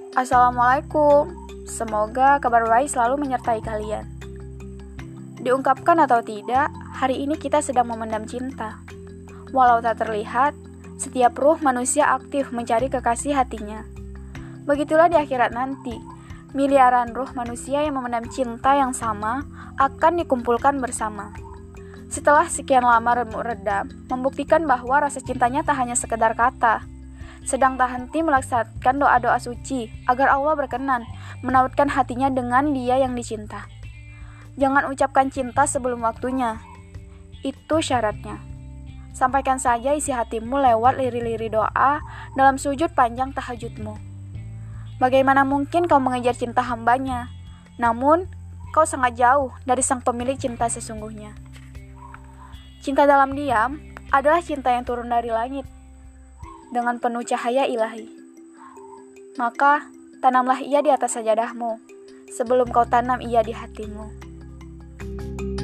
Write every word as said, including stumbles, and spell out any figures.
Assalamualaikum. Semoga kabar baik selalu menyertai kalian. Diungkapkan atau tidak, hari ini kita sedang memendam cinta. Walau tak terlihat, setiap ruh manusia aktif mencari kekasih hatinya. Begitulah di akhirat nanti, miliaran ruh manusia yang memendam cinta yang sama akan dikumpulkan bersama. Setelah sekian lama remuk-redam, membuktikan bahwa rasa cintanya tak hanya sekedar kata, sedang tak henti melaksanakan doa-doa suci agar Allah berkenan menautkan hatinya dengan dia yang dicinta. Jangan ucapkan cinta sebelum waktunya, itu syaratnya. Sampaikan saja isi hatimu lewat liri-liri doa dalam sujud panjang tahajudmu. Bagaimana mungkin kau mengejar cinta hambanya, namun kau sangat jauh dari sang pemilik cinta sesungguhnya. Cinta dalam diam adalah cinta yang turun dari langit dengan penuh cahaya ilahi. Maka, tanamlah ia di atas sajadahmu, sebelum kau tanam ia di hatimu.